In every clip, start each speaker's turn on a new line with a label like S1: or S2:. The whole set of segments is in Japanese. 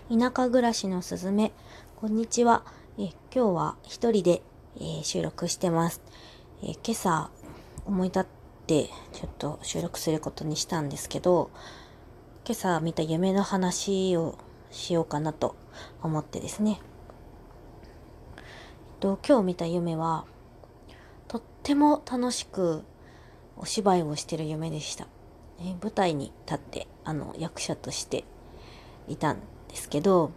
S1: 田舎暮らしのすずめ、こんにちは。今日は一人で、収録してます。今朝思い立ってちょっと収録することにしたんですけど、今朝見た夢の話をしようかなと思ってですね。今日見た夢はとっても楽しくお芝居をしてる夢でした。舞台に立って役者としていたんですけど、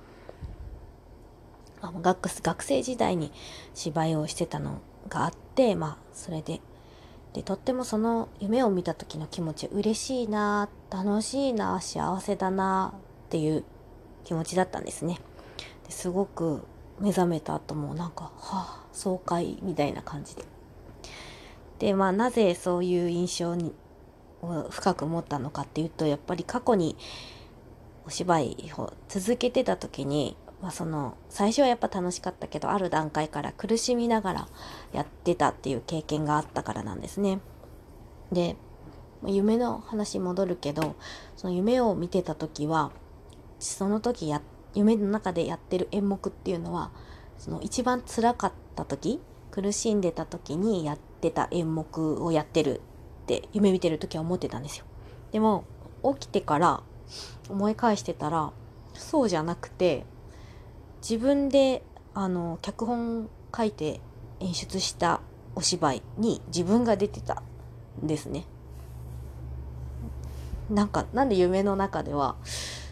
S1: 学生時代に芝居をしてたのがあって、それでとってもその夢を見た時の気持ち、嬉しいな、楽しいな、幸せだなっていう気持ちだったんですね。ですごく目覚めた後も爽快みたいな感じで、なぜそういう印象を深く持ったのかっていうと、やっぱり過去にお芝居を続けてた時に、最初はやっぱ楽しかったけど、ある段階から苦しみながらやってたっていう経験があったからなんですね。で、夢の話戻るけど、その夢を見てた時は、その時夢の中でやってる演目っていうのは、その一番辛かった時、苦しんでた時にやってた演目をやってるって夢見てる時は思ってたんですよ。でも起きてから思い返してたら、そうじゃなくて、自分で脚本書いて演出したお芝居に自分が出てたんですね。なんで夢の中では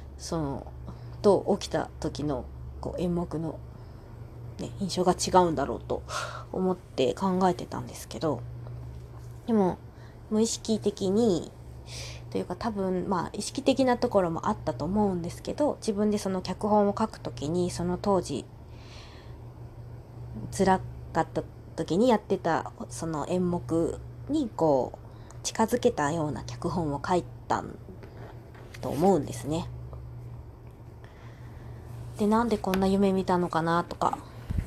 S1: 起きた時の演目の、印象が違うんだろうと思って考えてたんですけど、でも無意識的にというか、多分意識的なところもあったと思うんですけど、自分でその脚本を書くときに、その当時辛かった時にやってたその演目に近づけたような脚本を書いたと思うんですね。で、なんでこんな夢見たのかなとか、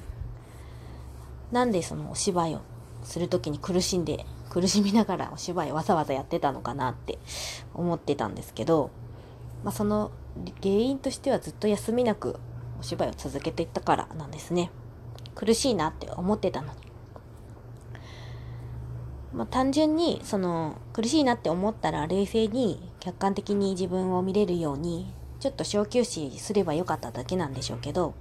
S1: なんでそのお芝居をする時に苦しみながらお芝居をわざわざやってたのかなって思ってたんですけど、その原因としてはずっと休みなくお芝居を続けていったからなんですね。苦しいなって思ってたのに、単純にその苦しいなって思ったら冷静に客観的に自分を見れるようにちょっと小休止すればよかっただけなんでしょうけど、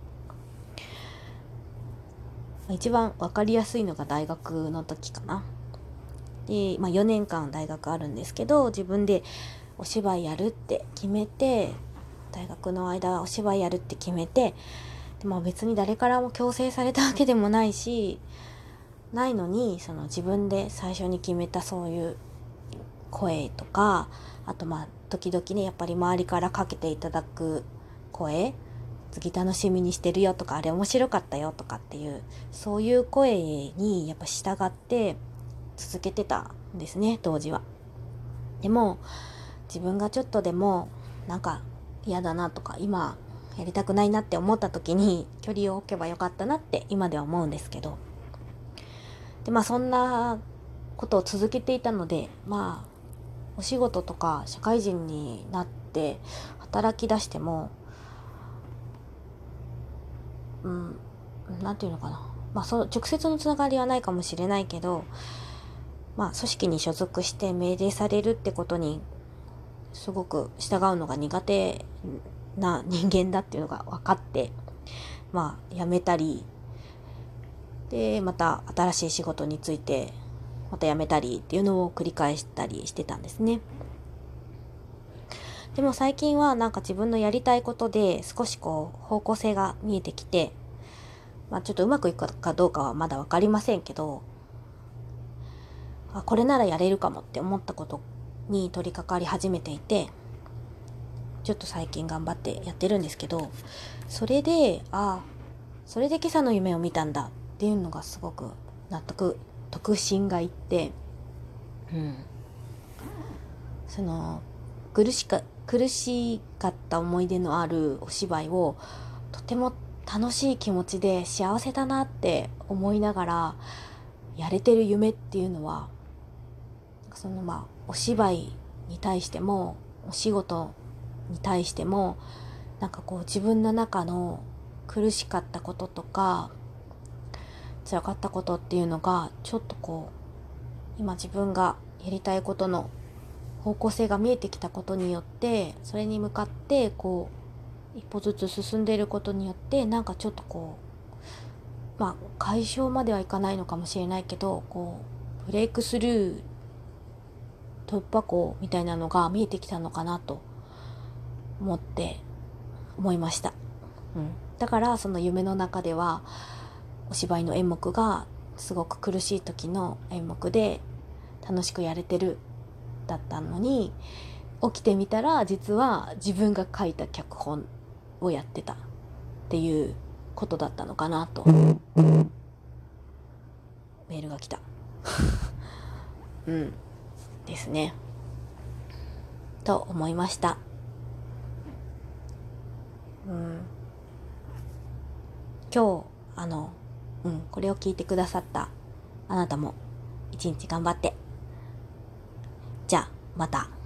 S1: 一番わかりやすいのが大学の時かな。で、4年間大学あるんですけど、自分でお芝居やるって決めて、大学の間はお芝居やるって決めて、で、別に誰からも強制されたわけでもないし、ないのに、その自分で最初に決めたそういう声とか、あと時々ね、やっぱり周りからかけていただく声、次楽しみにしてるよとか、あれ面白かったよとかっていう、そういう声にやっぱ従って続けてたんですね、当時は。でも自分がちょっとでも嫌だなとか、今やりたくないなって思った時に距離を置けばよかったなって今では思うんですけど、でそんなことを続けていたので、お仕事とか社会人になって働き出しても、なんていうのかな、その直接のつながりはないかもしれないけど、組織に所属して命令されるってことにすごく従うのが苦手な人間だっていうのが分かって、辞めたりで、また新しい仕事についてまた辞めたりっていうのを繰り返したりしてたんですね。でも最近は自分のやりたいことで少し方向性が見えてきて、ちょっとうまくいくかどうかはまだ分かりませんけど、これならやれるかもって思ったことに取り掛かり始めていて、ちょっと最近頑張ってやってるんですけど、それで今朝の夢を見たんだっていうのがすごく得心がいって、その苦しかった思い出のあるお芝居をとても楽しい気持ちで幸せだなって思いながらやれてる夢っていうのは、お芝居に対してもお仕事に対してもなんかこう自分の中の苦しかったこととか辛かったことっていうのがちょっとこう今自分がやりたいことの方向性が見えてきたことによって、それに向かってこう一歩ずつ進んでいることによって、なんかちょっとこう解消まではいかないのかもしれないけど、こうブレイクスルー突破口みたいなのが見えてきたのかなと思いました。だからその夢の中ではお芝居の演目がすごく苦しい時の演目で楽しくやれてるだったのに、起きてみたら実は自分が書いた脚本をやってたっていうことだったのかなと。メールが来たですねと思いました。今日これを聞いてくださったあなたも一日頑張って。じゃあまた。